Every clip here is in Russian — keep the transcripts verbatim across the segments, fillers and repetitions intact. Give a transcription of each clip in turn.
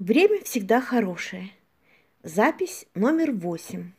Время всегда хорошее. Запись номер восемь.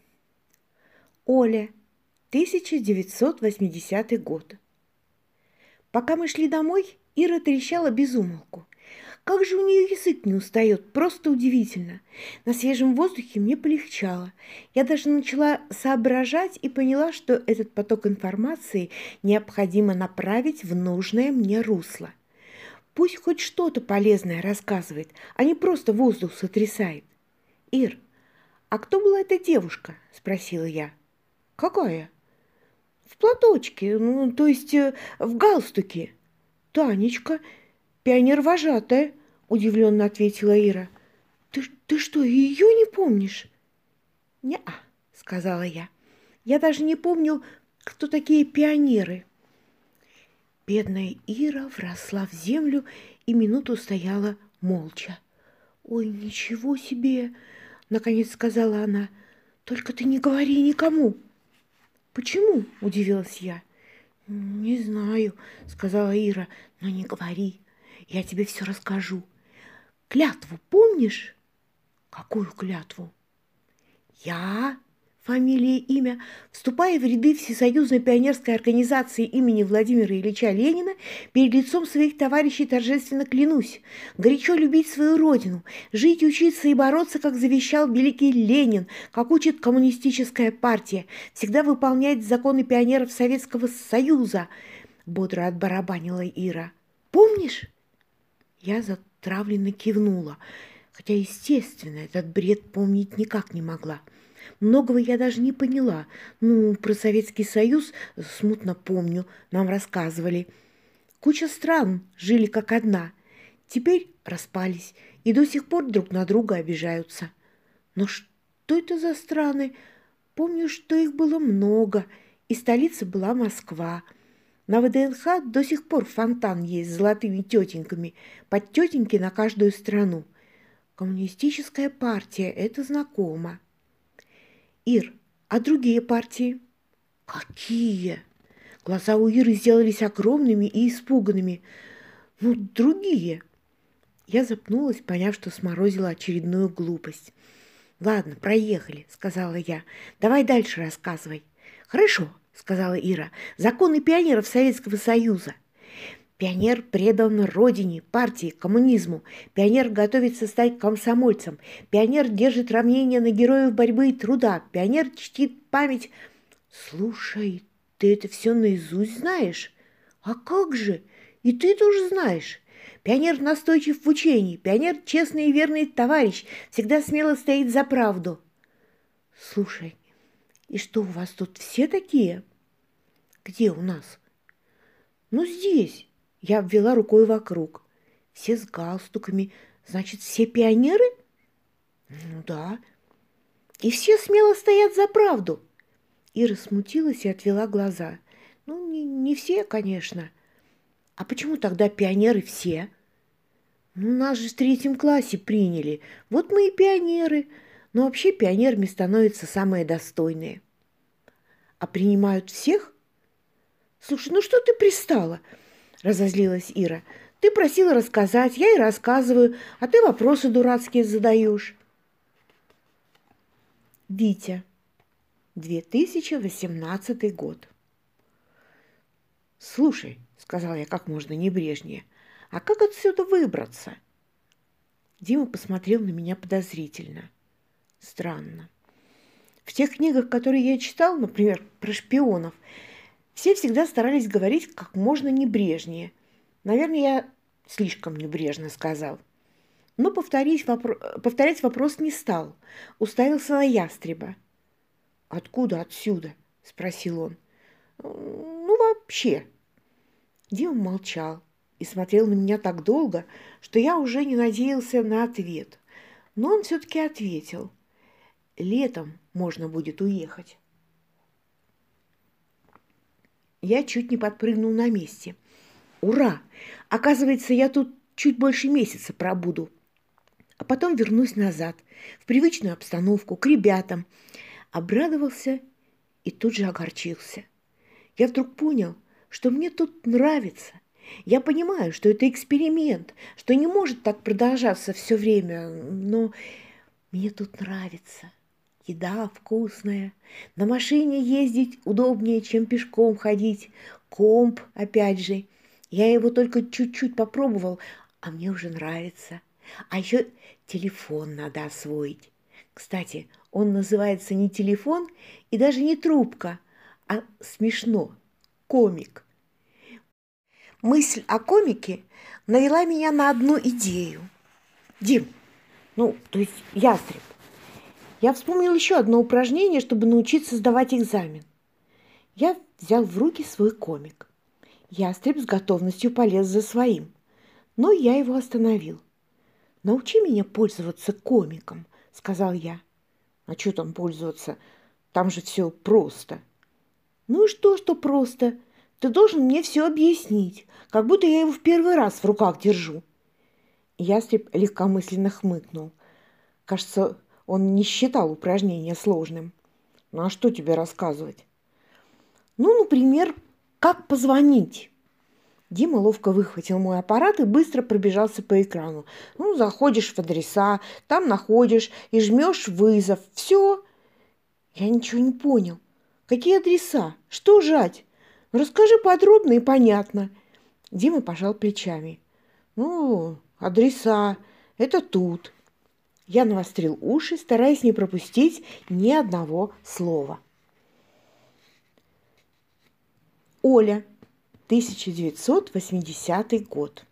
Оля, тысяча девятьсот восьмидесятый год. Пока мы шли домой, Ира трещала без умолку. Как же у нее язык не устает, просто удивительно. На свежем воздухе мне полегчало. Я даже начала соображать и поняла, что этот поток информации необходимо направить в нужное мне русло. Пусть хоть что-то полезное рассказывает, а не просто воздух сотрясает. «Ир, а кто была эта девушка?» – спросила я. «Какая?» «В платочке, ну, то есть э, в галстуке». «Танечка, пионер-вожатая», – удивленно ответила Ира. «Ты, ты что, ее не помнишь?» «Не-а», – сказала я. «Я даже не помню, кто такие пионеры». Бедная Ира вросла в землю и минуту стояла молча. «Ой, ничего себе!» — наконец сказала она. «Только ты не говори никому!» «Почему?» — удивилась я. «Не знаю», — сказала Ира, — «но не говори. Я тебе все расскажу. Клятву помнишь?» «Какую клятву?» «Я...» Фамилия, имя, вступая в ряды Всесоюзной пионерской организации имени Владимира Ильича Ленина, перед лицом своих товарищей торжественно клянусь горячо любить свою родину, жить, учиться и бороться, как завещал великий Ленин, как учит коммунистическая партия, всегда выполнять законы пионеров Советского Союза, бодро отбарабанила Ира. «Помнишь?» Я затравленно кивнула, хотя, естественно, этот бред помнить никак не могла. Многого я даже не поняла. Ну, про Советский Союз смутно помню, нам рассказывали. Куча стран жили как одна. Теперь распались и до сих пор друг на друга обижаются. Но что это за страны? Помню, что их было много, и столица была Москва. На ВДНХ до сих пор фонтан есть с золотыми тетеньками, под тетеньки на каждую страну. Коммунистическая партия – это знакомо. «Ир, а другие партии?» «Какие?» Глаза у Иры сделались огромными и испуганными. «Ну, другие». Я запнулась, поняв, что сморозила очередную глупость. «Ладно, проехали», — сказала я. «Давай дальше рассказывай». «Хорошо», — сказала Ира. «Законы пионеров Советского Союза». Пионер предан родине, партии, коммунизму. Пионер готовится стать комсомольцем. Пионер держит равнение на героев борьбы и труда. Пионер чтит память. Слушай, ты это все наизусть знаешь? А как же? И ты тоже знаешь. Пионер настойчив в учении. Пионер честный и верный товарищ. Всегда смело стоит за правду. Слушай, и что, у вас тут все такие? Где у нас? Ну, здесь. Я обвела рукой вокруг. Все с галстуками. Значит, все пионеры? Ну да. И все смело стоят за правду. Ира смутилась и отвела глаза. Ну, не, не все, конечно. А почему тогда пионеры все? Ну, нас же в третьем классе приняли. Вот мы и пионеры. Но вообще пионерами становятся самые достойные. А принимают всех? Слушай, ну что ты пристала? Разозлилась Ира. «Ты просила рассказать, я и рассказываю, а ты вопросы дурацкие задаешь». Витя, две тысячи восемнадцатый год. «Слушай», — сказала я как можно небрежнее, — «а как отсюда выбраться?» Дима посмотрел на меня подозрительно. Странно. В тех книгах, которые я читал, например, про шпионов, все всегда старались говорить как можно небрежнее. Наверное, я слишком небрежно сказал. Но повторить, вопро- повторять вопрос не стал. Уставился на ястреба. «Откуда отсюда?» – спросил он. «Ну, вообще». Дима молчал и смотрел на меня так долго, что я уже не надеялся на ответ. Но он все-таки ответил. «Летом можно будет уехать». Я чуть не подпрыгнул на месте. «Ура! Оказывается, я тут чуть больше месяца пробуду, а потом вернусь назад, в привычную обстановку, к ребятам». Обрадовался и тут же огорчился. Я вдруг понял, что мне тут нравится. Я понимаю, что это эксперимент, что не может так продолжаться все время, но мне тут нравится. Еда вкусная, на машине ездить удобнее, чем пешком ходить. Комп, опять же. Я его только чуть-чуть попробовал, а мне уже нравится. А еще телефон надо освоить. Кстати, он называется не телефон и даже не трубка, а смешно – комик. Мысль о комике навела меня на одну идею. Дим, ну, то есть ястреб, я вспомнил еще одно упражнение, чтобы научиться сдавать экзамен. Я взял в руки свой комик. Ястреб с готовностью полез за своим, но я его остановил. «Научи меня пользоваться комиком», — сказал я. «А что там пользоваться? Там же все просто». «Ну и что, что просто? Ты должен мне все объяснить, как будто я его в первый раз в руках держу». Ястреб легкомысленно хмыкнул. Кажется, он не считал упражнение сложным. «Ну а что тебе рассказывать?» «Ну, например, как позвонить». Дима ловко выхватил мой аппарат и быстро пробежался по экрану. Ну, заходишь в адреса, там находишь и жмешь вызов. Все. Я ничего не понял. Какие адреса? Что жать? Расскажи подробно и понятно. Дима пожал плечами. Ну, адреса. Это тут. Я навострил уши, стараясь не пропустить ни одного слова. Оля. тысяча девятьсот восьмидесятый год.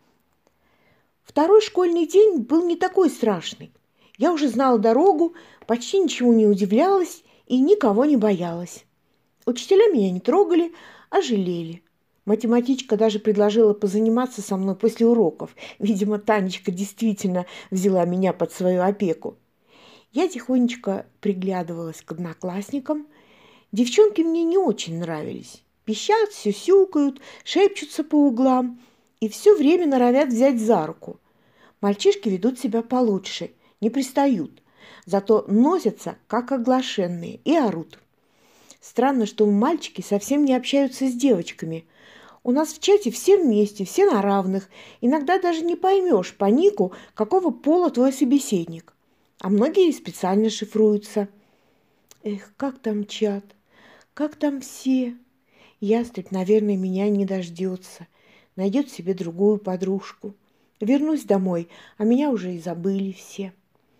Второй школьный день был не такой страшный. Я уже знала дорогу, почти ничего не удивлялась и никого не боялась. Учителя меня не трогали, а жалели. Математичка даже предложила позаниматься со мной после уроков. Видимо, Танечка действительно взяла меня под свою опеку. Я тихонечко приглядывалась к одноклассникам. Девчонки мне не очень нравились. Пищат, сюсюкают, шепчутся по углам и все время норовят взять за руку. Мальчишки ведут себя получше, не пристают, зато носятся, как оглашенные, и орут. Странно, что мальчики совсем не общаются с девочками. У нас в чате все вместе, все на равных. Иногда даже не поймешь по нику, какого пола твой собеседник. А многие специально шифруются. Эх, как там чат, как там все... Ястреб, наверное, меня не дождется. Найдет себе другую подружку. Вернусь домой, а меня уже и забыли все.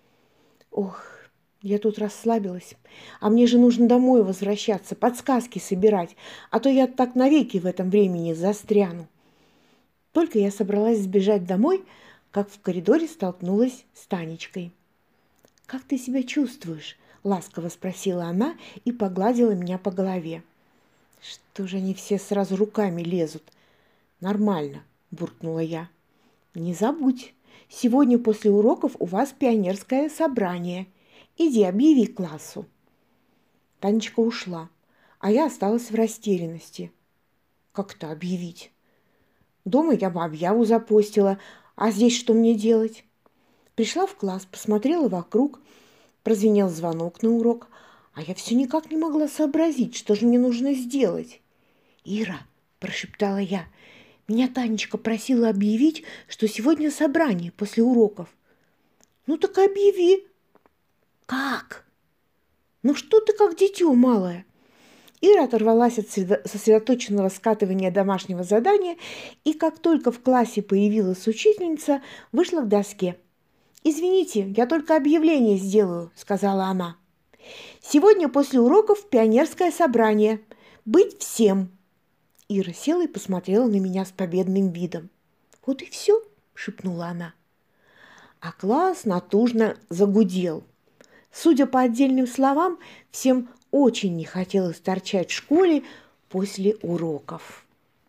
Ох, я тут расслабилась. А мне же нужно домой возвращаться, подсказки собирать, а то я так навеки в этом времени застряну. Только я собралась сбежать домой, как в коридоре столкнулась с Танечкой. «Как ты себя чувствуешь?» – ласково спросила она и погладила меня по голове. «Что же они все сразу руками лезут?» «Нормально», – буркнула я. «Не забудь, сегодня после уроков у вас пионерское собрание. Иди, объяви классу». Танечка ушла, а я осталась в растерянности. «Как это объявить? Дома я бы объяву запостила, а здесь что мне делать?» Пришла в класс, посмотрела вокруг, прозвенел звонок на урок, а я все никак не могла сообразить, что же мне нужно сделать. «Ира», – прошептала я, – «меня Танечка просила объявить, что сегодня собрание после уроков». «Ну так объяви». «Как?» «Ну что ты как дитё малое?» Ира оторвалась от сосредоточенного скатывания домашнего задания и, как только в классе появилась учительница, вышла к доске. «Извините, я только объявление сделаю», – сказала она. «Сегодня после уроков пионерское собрание. Быть всем». Ира села и посмотрела на меня с победным видом. «Вот и все», – шепнула она. А класс натужно загудел. Судя по отдельным словам, всем очень не хотелось торчать в школе после уроков.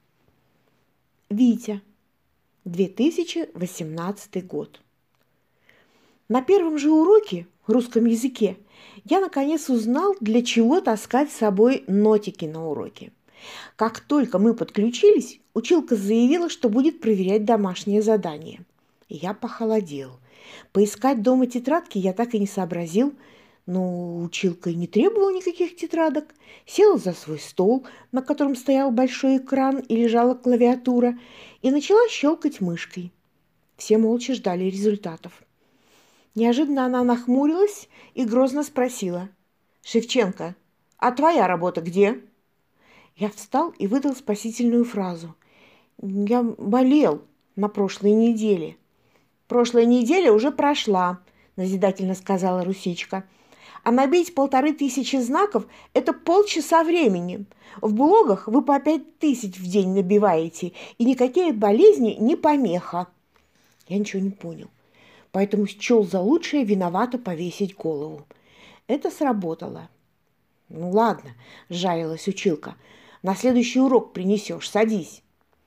Витя. две тысячи восемнадцатый год. На первом же уроке в русском языке я наконец узнал, для чего таскать с собой нотики на уроке. Как только мы подключились, училка заявила, что будет проверять домашнее задание. И я похолодел. Поискать дома тетрадки я так и не сообразил, Но училка и не требовала никаких тетрадок. Села за свой стол, на котором стоял большой экран и лежала клавиатура, и начала щелкать мышкой. Все молча ждали результатов. Неожиданно она нахмурилась и грозно спросила: «Шевченко, а твоя работа где?» Я встал и выдал спасительную фразу: «Я болел на прошлой неделе». «Прошлая неделя уже прошла», – назидательно сказала Русичка. «А набить полторы тысячи знаков – это полчаса времени. В блогах вы по пять тысяч в день набиваете, и никакие болезни не помеха». Я ничего не понял, поэтому счел за лучшее виновато повесить голову. Это сработало. «Ну ладно», – жалилась училка, – «на следующий урок принесешь, садись».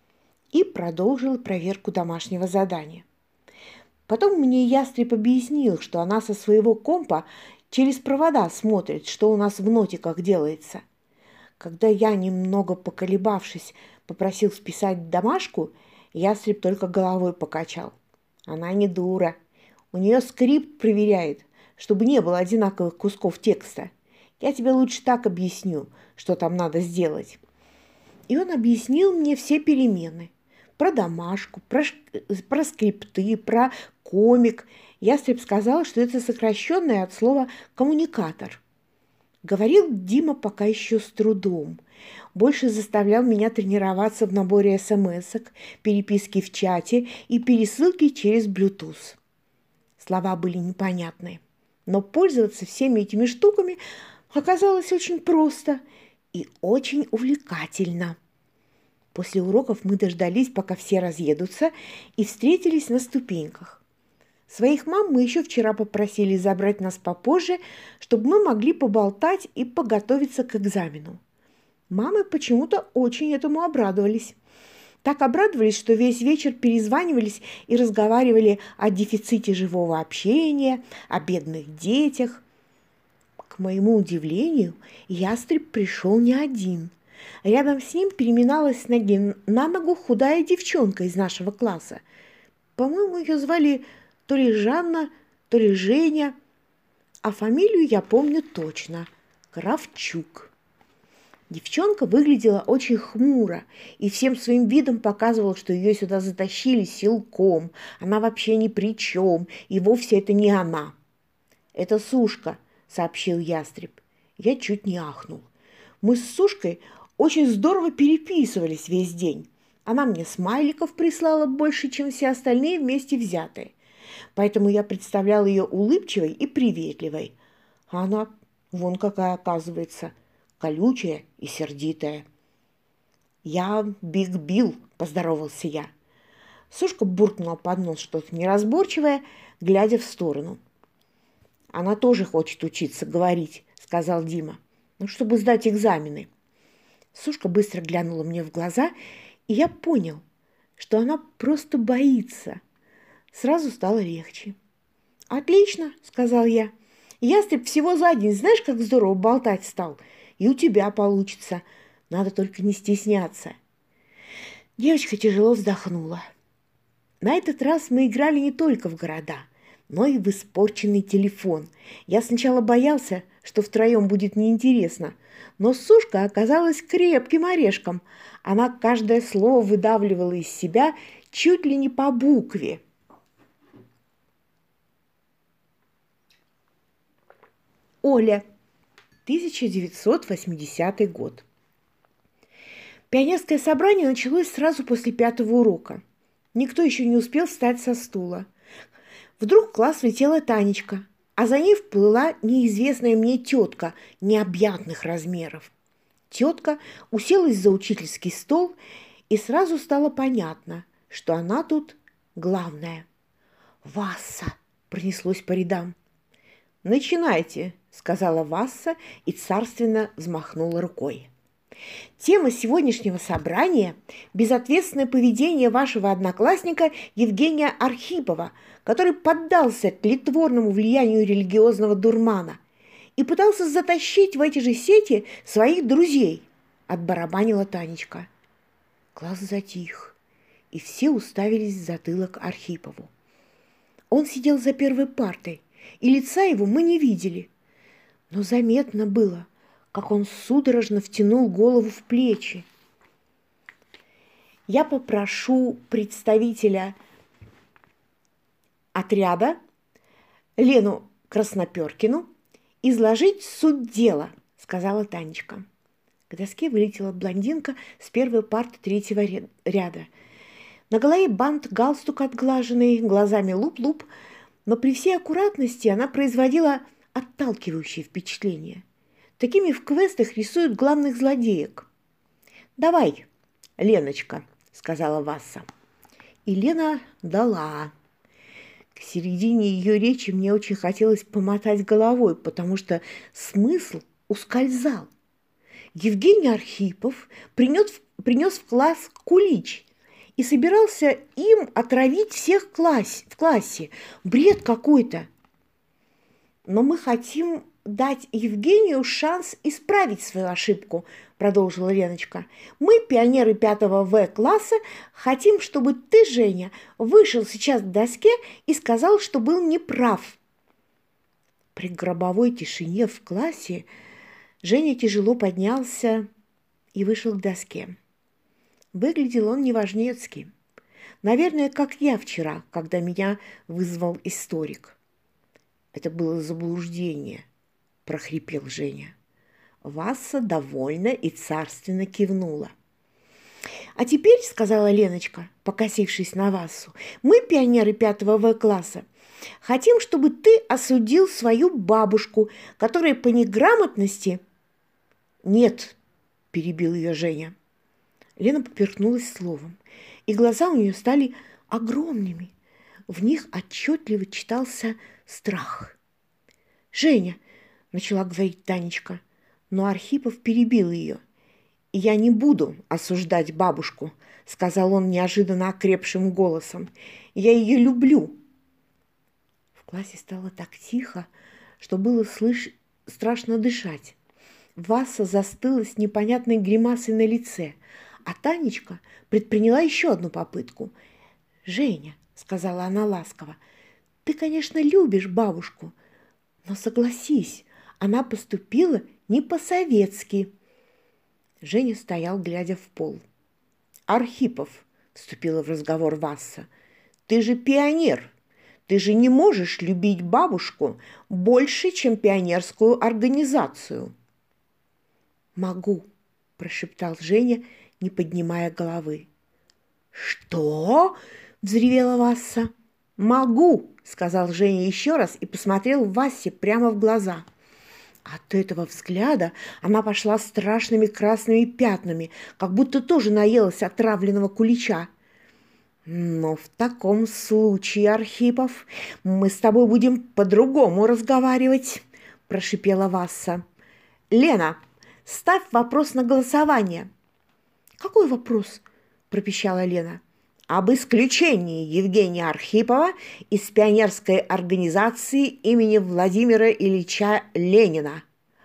И продолжила проверку домашнего задания. Потом мне Ястреб объяснил, что она со своего компа через провода смотрит, что у нас в нотиках делается. Когда я, немного поколебавшись, попросил списать домашку, Ястреб только головой покачал. Она не дура. У нее скрипт проверяет, чтобы не было одинаковых кусков текста. Я тебе лучше так объясню, что там надо сделать. И он объяснил мне все перемены. Про домашку, про, про скрипты, про комик. Ястреб сказал, что это сокращенное от слова «коммуникатор». Говорил Дима пока еще с трудом. Больше заставлял меня тренироваться в наборе смс-ок, переписки в чате и пересылки через Bluetooth. Слова были непонятные, но пользоваться всеми этими штуками оказалось очень просто и очень увлекательно. После уроков мы дождались, пока все разъедутся, и встретились на ступеньках. Своих мам мы еще вчера попросили забрать нас попозже, чтобы мы могли поболтать и подготовиться к экзамену. Мамы почему-то очень этому обрадовались. Так обрадовались, что весь вечер перезванивались и разговаривали о дефиците живого общения, о бедных детях. К моему удивлению, Ястреб пришел не один. Рядом с ним переминалась с ноги на ногу худая девчонка из нашего класса. По-моему, ее звали то ли Жанна, то ли Женя, а фамилию я помню точно – Кравчук. Девчонка выглядела очень хмуро и всем своим видом показывала, что ее сюда затащили силком. Она вообще ни при чем, и вовсе это не она. «Это Сушка», – сообщил Ястреб. Я чуть не ахнул. Мы с Сушкой очень здорово переписывались весь день. Она мне смайликов прислала больше, чем все остальные вместе взятые. Поэтому я представлял ее улыбчивой и приветливой. А она вон какая оказывается, колючая и сердитая. «Я Биг Билл», – поздоровался я. Сушка буркнула под нос что-то неразборчивое, глядя в сторону. «Она тоже хочет учиться говорить», – сказал Дима, – «ну, чтобы сдать экзамены». Сушка быстро глянула мне в глаза, и я понял, что она просто боится. Сразу стало легче. «Отлично», – сказал я. «Ястреб всего за день, знаешь, как здорово болтать стал? И у тебя получится. Надо только не стесняться». Девочка тяжело вздохнула. На этот раз мы играли не только в города, но и в испорченный телефон. Я сначала боялся, что втроем будет неинтересно, но Сушка оказалась крепким орешком. Она каждое слово выдавливала из себя чуть ли не по букве. Оля, тысяча девятьсот восьмидесятый год. Пионерское собрание началось сразу после пятого урока. Никто еще не успел встать со стула. Вдруг в класс влетела Танечка, а за ней вплыла неизвестная мне тетка необъятных размеров. Тетка уселась за учительский стол, и сразу стало понятно, что она тут главная. «Васса!» – пронеслось по рядам. «Начинайте», – сказала Васса и царственно взмахнула рукой. Тема сегодняшнего собрания – безответственное поведение вашего одноклассника Евгения Архипова, который поддался тлетворному влиянию религиозного дурмана и пытался затащить в эти же сети своих друзей, – отбарабанила Танечка. Класс затих, и все уставились в затылок Архипову. Он сидел за первой партой, и лица его мы не видели. но заметно было, как он судорожно втянул голову в плечи. «Я попрошу представителя отряда Лену Красноперкину изложить суть дела», – сказала Танечка. К доске вылетела блондинка с первой парты третьего ряда. На голове бант, галстук отглаженный, глазами луп-луп, но при всей аккуратности она производила отталкивающее впечатление. Такими в квестах рисуют главных злодеек. «Давай, Леночка», – сказала Васса. И Лена дала. К середине ее речи мне очень хотелось помотать головой, потому что смысл ускользал. Евгений Архипов принес, принес в класс кулич и собирался им отравить всех класс, в классе. Бред какой-то. «Но мы хотим дать Евгению шанс исправить свою ошибку», – продолжила Леночка. «Мы, пионеры пятого В класса, хотим, чтобы ты, Женя, вышел сейчас к доске и сказал, что был неправ». При гробовой тишине в классе Женя тяжело поднялся и вышел к доске. Выглядел он неважнецки. Наверное, как я вчера, когда меня вызвал историк. «Это было заблуждение», – прохрипел Женя. Васса довольно и царственно кивнула. «А теперь, – сказала Леночка, покосившись на Вассу, – мы, пионеры пятого В класса, хотим, чтобы ты осудил свою бабушку, которая по неграмотности…» «Нет», – перебил ее Женя. Лена поперхнулась словом, и глаза у нее стали огромными. В них отчетливо читался страх. «Женя», – начала говорить Танечка, но Архипов перебил ее. «Я не буду осуждать бабушку», – сказал он неожиданно окрепшим голосом. «Я ее люблю». В классе стало так тихо, что было слыш... страшно дышать. Васса застыла с непонятной гримасой на лице, а Танечка предприняла еще одну попытку. «Женя», – сказала она ласково, – «ты, конечно, любишь бабушку, но согласись, она поступила не по-советски». Женя стоял, глядя в пол. «Архипов», – вступила в разговор Васса, – «ты же пионер. Ты же не можешь любить бабушку больше, чем пионерскую организацию». «Могу», – прошептал Женя, не поднимая головы. «Что?» – взревела Васса. «Могу», – сказал Женя еще раз и посмотрел Вассе прямо в глаза. От этого взгляда она пошла страшными красными пятнами, как будто тоже наелась отравленного кулича. «Но в таком случае, Архипов, мы с тобой будем по-другому разговаривать», – прошипела Васса. «Лена, ставь вопрос на голосование». «Какой вопрос?» – пропищала Лена. «Об исключении Евгения Архипова из пионерской организации имени Владимира Ильича Ленина».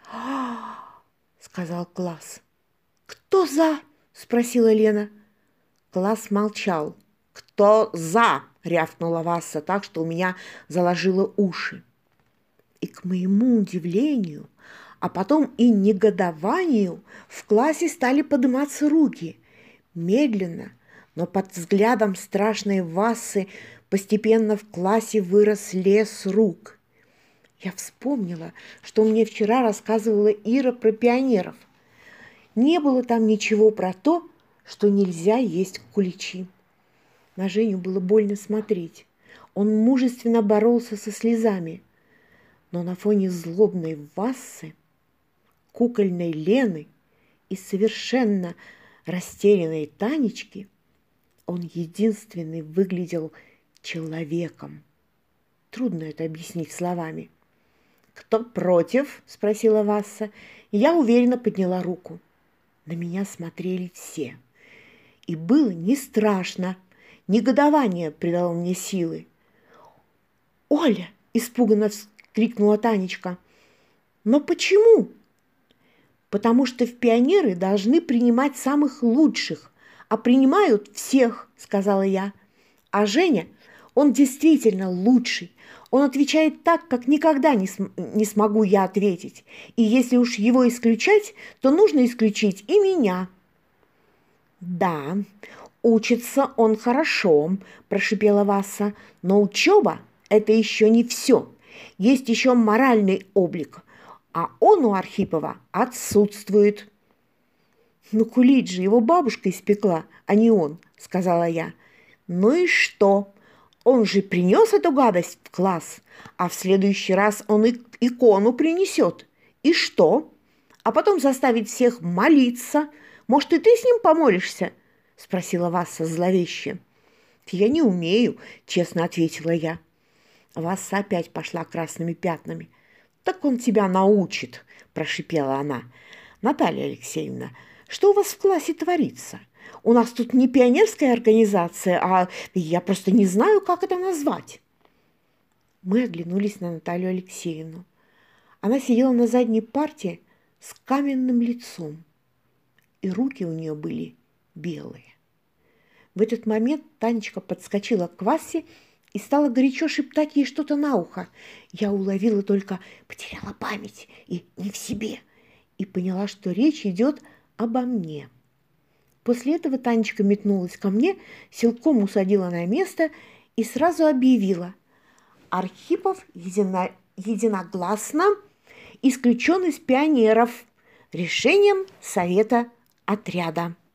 – сказал класс. «Кто за?» – спросила Лена. Класс молчал. «Кто за?» – рявкнула Васса так, что у меня заложило уши. И к моему удивлению, а потом и негодованию, в классе стали подниматься руки. Медленно, но под взглядом страшной Вассы постепенно в классе вырос лес рук. Я вспомнила, что мне вчера рассказывала Ира про пионеров. Не было там ничего про то, что нельзя есть куличи. На Женю было больно смотреть. Он мужественно боролся со слезами. Но на фоне злобной Вассы, кукольной Лены и совершенно растерянной Танечки он единственный выглядел человеком. Трудно это объяснить словами. «Кто против?» – спросила Васса. Я уверенно подняла руку. На меня смотрели все. И было не страшно. Негодование придало мне силы. «Оля!» – испуганно вскрикнула Танечка. «Но почему?» «Потому что в пионеры должны принимать самых лучших, а принимают всех», – сказала я. «А Женя, Он действительно лучший. Он отвечает так, как никогда не, см- не смогу я ответить. И если уж его исключать, то нужно исключить и меня». «Да, учится он хорошо», – прошипела Васа, – «но учеба – это еще не все. Есть еще моральный облик, а он у Архипова отсутствует». «Ну, кулич же его бабушка испекла, а не он», – сказала я. «Ну и что? Он же принес эту гадость в класс, а в следующий раз он и икону принесет. И что? А потом заставит всех молиться. Может, и ты с ним помолишься?» – спросила Васа зловеще. «Я не умею», – честно ответила я. Васа опять пошла красными пятнами. «Так он тебя научит», – прошипела она. «Наталья Алексеевна, что у вас в классе творится? У нас тут не пионерская организация, а я просто не знаю, как это назвать». Мы оглянулись на Наталью Алексеевну. Она сидела на задней парте с каменным лицом, и руки у нее были белые. В этот момент Танечка подскочила к Васе и стала горячо шептать ей что-то на ухо. Я уловила только «потеряла память» и «не в себе», и поняла, что речь идет обо мне. После этого Танечка метнулась ко мне, силком усадила на место и сразу объявила: «Архипов едино... единогласно исключен из пионеров решением совета отряда».